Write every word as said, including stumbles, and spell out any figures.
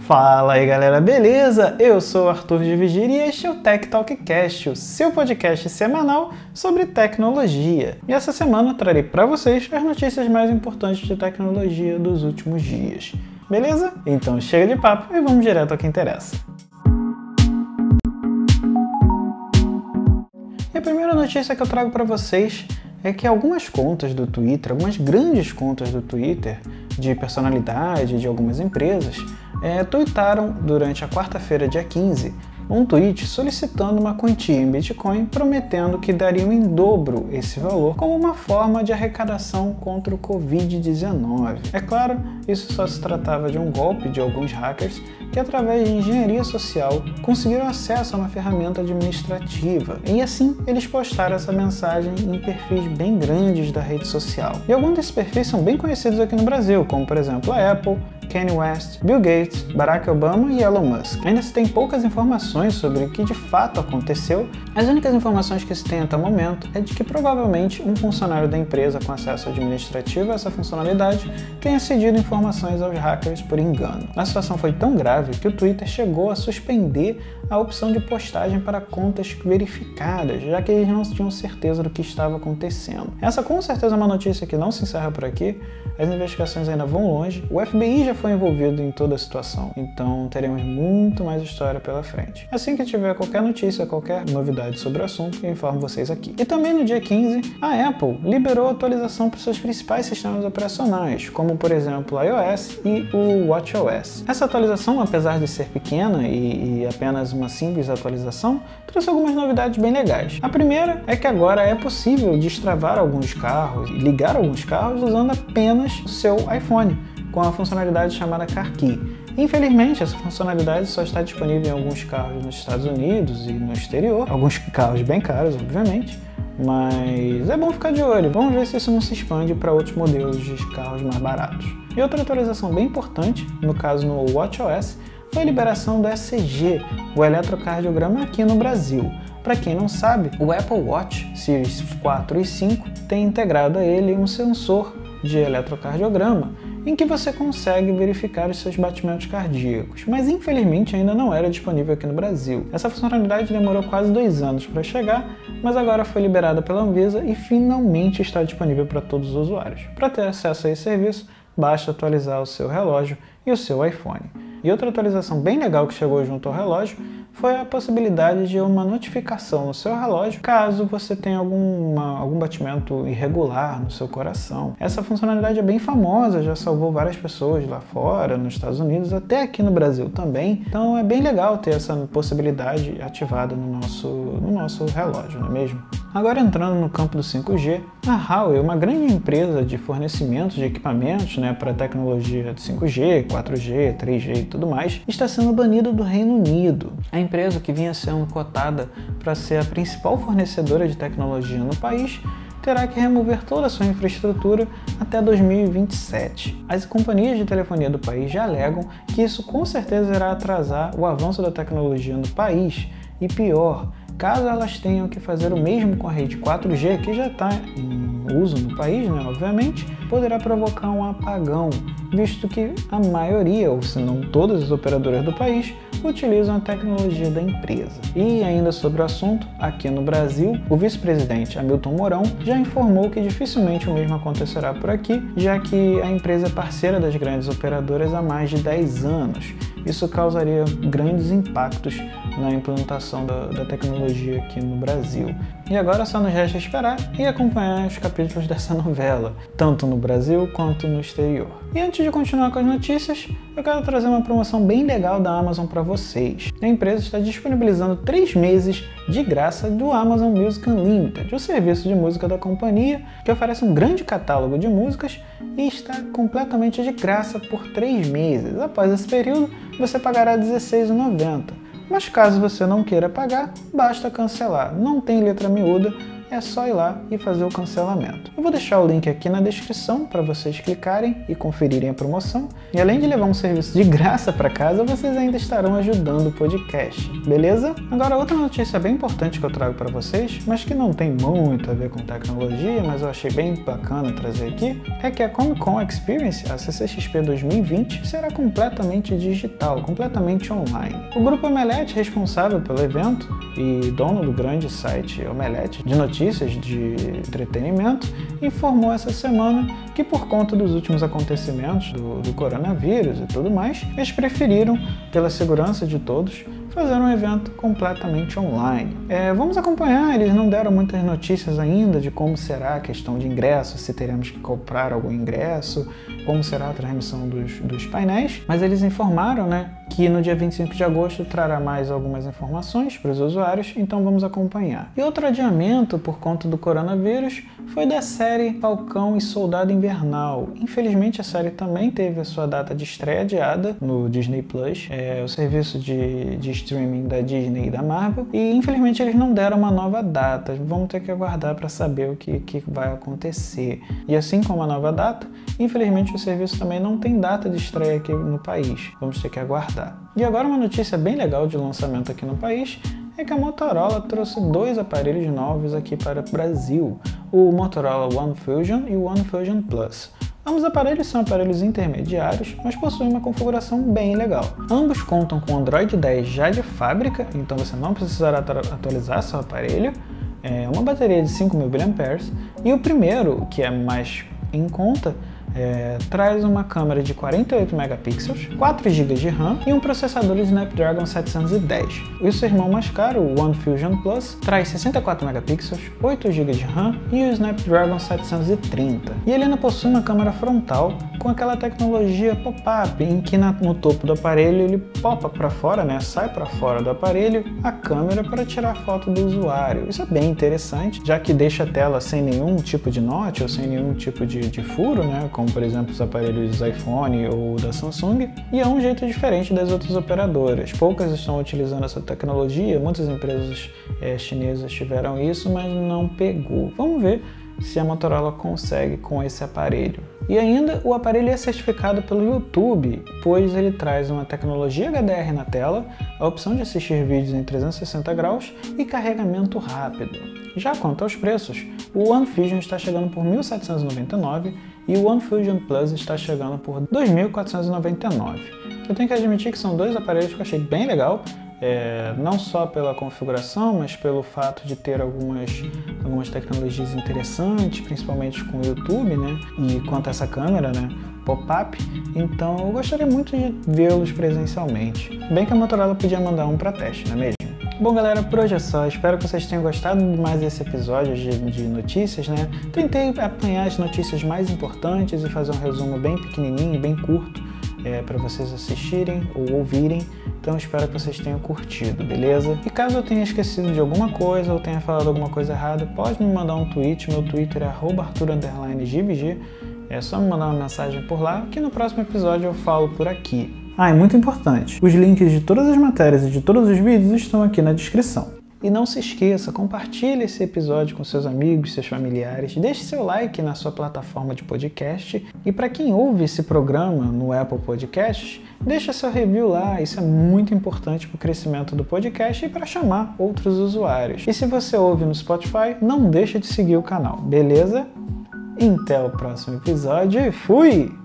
Fala aí galera, beleza? Eu sou o Arthur de Vigir e este é o Tech Talk Cast, o seu podcast semanal sobre tecnologia. E essa semana eu trarei para vocês as notícias mais importantes de tecnologia dos últimos dias. Beleza? Então chega de papo e vamos direto ao que interessa. E a primeira notícia que eu trago para vocês é que algumas contas do Twitter, algumas grandes contas do Twitter, de personalidade de algumas empresas, é, tweetaram durante a quarta-feira, dia quinze, um tweet solicitando uma quantia em Bitcoin, prometendo que dariam em dobro esse valor como uma forma de arrecadação contra o covid dezenove. É claro, isso só se tratava de um golpe de alguns hackers que, através de engenharia social, conseguiram acesso a uma ferramenta administrativa. E assim, eles postaram essa mensagem em perfis bem grandes da rede social. E alguns desses perfis são bem conhecidos aqui no Brasil, como por exemplo a Apple, Kanye West, Bill Gates, Barack Obama e Elon Musk. Ainda se tem poucas informações sobre o que de fato aconteceu. As únicas informações que se tem até o momento é de que provavelmente um funcionário da empresa com acesso administrativo a essa funcionalidade tenha cedido informações aos hackers por engano. A situação foi tão grave que o Twitter chegou a suspender a opção de postagem para contas verificadas, já que eles não tinham certeza do que estava acontecendo. Essa com certeza é uma notícia que não se encerra por aqui, as investigações ainda vão longe, o F B I já foi envolvido em toda a situação, então teremos muito mais história pela frente. Assim que tiver qualquer notícia, qualquer novidade sobre o assunto, eu informo vocês aqui. E também no dia quinze, a Apple liberou a atualização para os seus principais sistemas operacionais, como por exemplo o iOS e o watchOS. Essa atualização, apesar de ser pequena e, e apenas uma simples atualização, trouxe algumas novidades bem legais. A primeira é que agora é possível destravar alguns carros e ligar alguns carros usando apenas o seu iPhone, com a funcionalidade chamada Car Key. Infelizmente, essa funcionalidade só está disponível em alguns carros nos Estados Unidos e no exterior, alguns carros bem caros, obviamente, mas é bom ficar de olho. Vamos ver se isso não se expande para outros modelos de carros mais baratos. E outra atualização bem importante, no caso no watchOS, foi a liberação do E C G, o eletrocardiograma aqui no Brasil. Para quem não sabe, o Apple Watch Series quatro e cinco tem integrado a ele um sensor de eletrocardiograma em que você consegue verificar os seus batimentos cardíacos, mas infelizmente ainda não era disponível aqui no Brasil. Essa funcionalidade demorou quase dois anos para chegar, mas agora foi liberada pela Anvisa e finalmente está disponível para todos os usuários. Para ter acesso a esse serviço, basta atualizar o seu relógio e o seu iPhone. E outra atualização bem legal que chegou junto ao relógio foi a possibilidade de uma notificação no seu relógio caso você tenha alguma, algum batimento irregular no seu coração. Essa funcionalidade é bem famosa, já salvou várias pessoas lá fora, nos Estados Unidos, até aqui no Brasil também. Então é bem legal ter essa possibilidade ativada no nosso, no nosso relógio, não é mesmo? Agora entrando no campo do cinco G, a Huawei, uma grande empresa de fornecimento de equipamentos, né, para tecnologia de cinco G, quatro G, três G e tudo mais, está sendo banida do Reino Unido. A empresa, que vinha sendo cotada para ser a principal fornecedora de tecnologia no país, terá que remover toda a sua infraestrutura até dois mil e vinte e sete. As companhias de telefonia do país já alegam que isso com certeza irá atrasar o avanço da tecnologia no país e, pior, caso elas tenham que fazer o mesmo com a rede quatro G, que já está em uso no país, né, obviamente, poderá provocar um apagão, visto que a maioria, ou se não todas as operadoras do país, utilizam a tecnologia da empresa. E ainda sobre o assunto, aqui no Brasil, o vice-presidente Hamilton Mourão já informou que dificilmente o mesmo acontecerá por aqui, já que a empresa é parceira das grandes operadoras há mais de dez anos. Isso causaria grandes impactos na implantação da, da tecnologia aqui no Brasil. E agora só nos resta esperar e acompanhar os capítulos dessa novela, tanto no Brasil quanto no exterior. E antes de continuar com as notícias, eu quero trazer uma promoção bem legal da Amazon para vocês. A empresa está disponibilizando três meses de graça do Amazon Music Unlimited, o serviço de música da companhia, que oferece um grande catálogo de músicas e está completamente de graça por três meses. Após esse período, você pagará dezesseis reais e noventa centavos. Mas caso você não queira pagar, basta cancelar. Não tem letra miúda é só ir lá e fazer o cancelamento. Eu vou deixar o link aqui na descrição para vocês clicarem e conferirem a promoção. E além de levar um serviço de graça para casa, vocês ainda estarão ajudando o podcast, beleza? Agora, outra notícia bem importante que eu trago para vocês, mas que não tem muito a ver com tecnologia, mas eu achei bem bacana trazer aqui, é que a Comic Con Experience, a C C X P dois mil e vinte, será completamente digital, completamente online. O grupo Omelete, responsável pelo evento e dono do grande site Omelete de notícias de entretenimento, informou essa semana que, por conta dos últimos acontecimentos do, do coronavírus e tudo mais, eles preferiram, pela segurança de todos, fazer um evento completamente online. É, vamos acompanhar, eles não deram muitas notícias ainda de como será a questão de ingresso, se teremos que comprar algum ingresso, como será a transmissão dos, dos painéis, mas eles informaram, né, que no dia vinte e cinco de agosto trará mais algumas informações para os usuários, então vamos acompanhar. E outro adiamento por conta do coronavírus foi da série Falcão e Soldado Invernal. Infelizmente a série também teve a sua data de estreia adiada no Disney Plus, é o serviço de, de streaming da Disney e da Marvel, e infelizmente eles não deram uma nova data. Vamos ter que aguardar para saber o que, que vai acontecer. E assim como a nova data, infelizmente o serviço também não tem data de estreia aqui no país. Vamos ter que aguardar. E agora uma notícia bem legal de lançamento aqui no país é que a Motorola trouxe dois aparelhos novos aqui para o Brasil, o Motorola One Fusion e o One Fusion Plus. Ambos aparelhos são aparelhos intermediários, mas possuem uma configuração bem legal. Ambos contam com Android dez já de fábrica, então você não precisará atualizar seu aparelho, é uma bateria de cinco mil miliampères-hora, e o primeiro, que é mais em conta, É, traz uma câmera de quarenta e oito megapixels, quatro gigas de RAM e um processador Snapdragon setecentos e dez. E seu irmão mais caro, o One Fusion Plus, traz sessenta e quatro megapixels, oito gigas de RAM e o Snapdragon setecentos e trinta. E ele ainda possui uma câmera frontal com aquela tecnologia pop-up, em que na, no topo do aparelho ele popa para fora, né, sai para fora do aparelho a câmera para tirar foto do usuário. Isso é bem interessante, já que deixa a tela sem nenhum tipo de note ou sem nenhum tipo de, de furo, né, como por exemplo os aparelhos iPhone ou da Samsung, e é um jeito diferente das outras operadoras. Poucas estão utilizando essa tecnologia, muitas empresas é, chinesas tiveram isso, mas não pegou. Vamos ver se a Motorola consegue com esse aparelho. E ainda o aparelho é certificado pelo YouTube, pois ele traz uma tecnologia H D R na tela, a opção de assistir vídeos em trezentos e sessenta graus e carregamento rápido. Já quanto aos preços, o One Fusion está chegando por mil setecentos e noventa e nove reais e o One Fusion Plus está chegando por dois mil quatrocentos e noventa e nove reais. Eu tenho que admitir que são dois aparelhos que eu achei bem legal, é, não só pela configuração, mas pelo fato de ter algumas, algumas tecnologias interessantes, principalmente com o YouTube, né? E quanto a essa câmera, né, pop-up, então eu gostaria muito de vê-los presencialmente. Bem que a Motorola podia mandar um para teste, não é mesmo? Bom, galera, por hoje é só. Espero que vocês tenham gostado de mais desse episódio de, de notícias, né? Tentei apanhar as notícias mais importantes e fazer um resumo bem pequenininho, bem curto, é, para vocês assistirem ou ouvirem. Então espero que vocês tenham curtido, beleza? E caso eu tenha esquecido de alguma coisa ou tenha falado alguma coisa errada, pode me mandar um tweet. Meu Twitter é arroba arthur underline g v g. É só me mandar uma mensagem por lá, que no próximo episódio eu falo por aqui. Ah, é muito importante, os links de todas as matérias e de todos os vídeos estão aqui na descrição. E não se esqueça, compartilhe esse episódio com seus amigos, seus familiares, deixe seu like na sua plataforma de podcast. E para quem ouve esse programa no Apple Podcasts, deixa seu review lá, isso é muito importante para o crescimento do podcast e para chamar outros usuários. E se você ouve no Spotify, não deixa de seguir o canal, beleza? Até o próximo episódio e fui!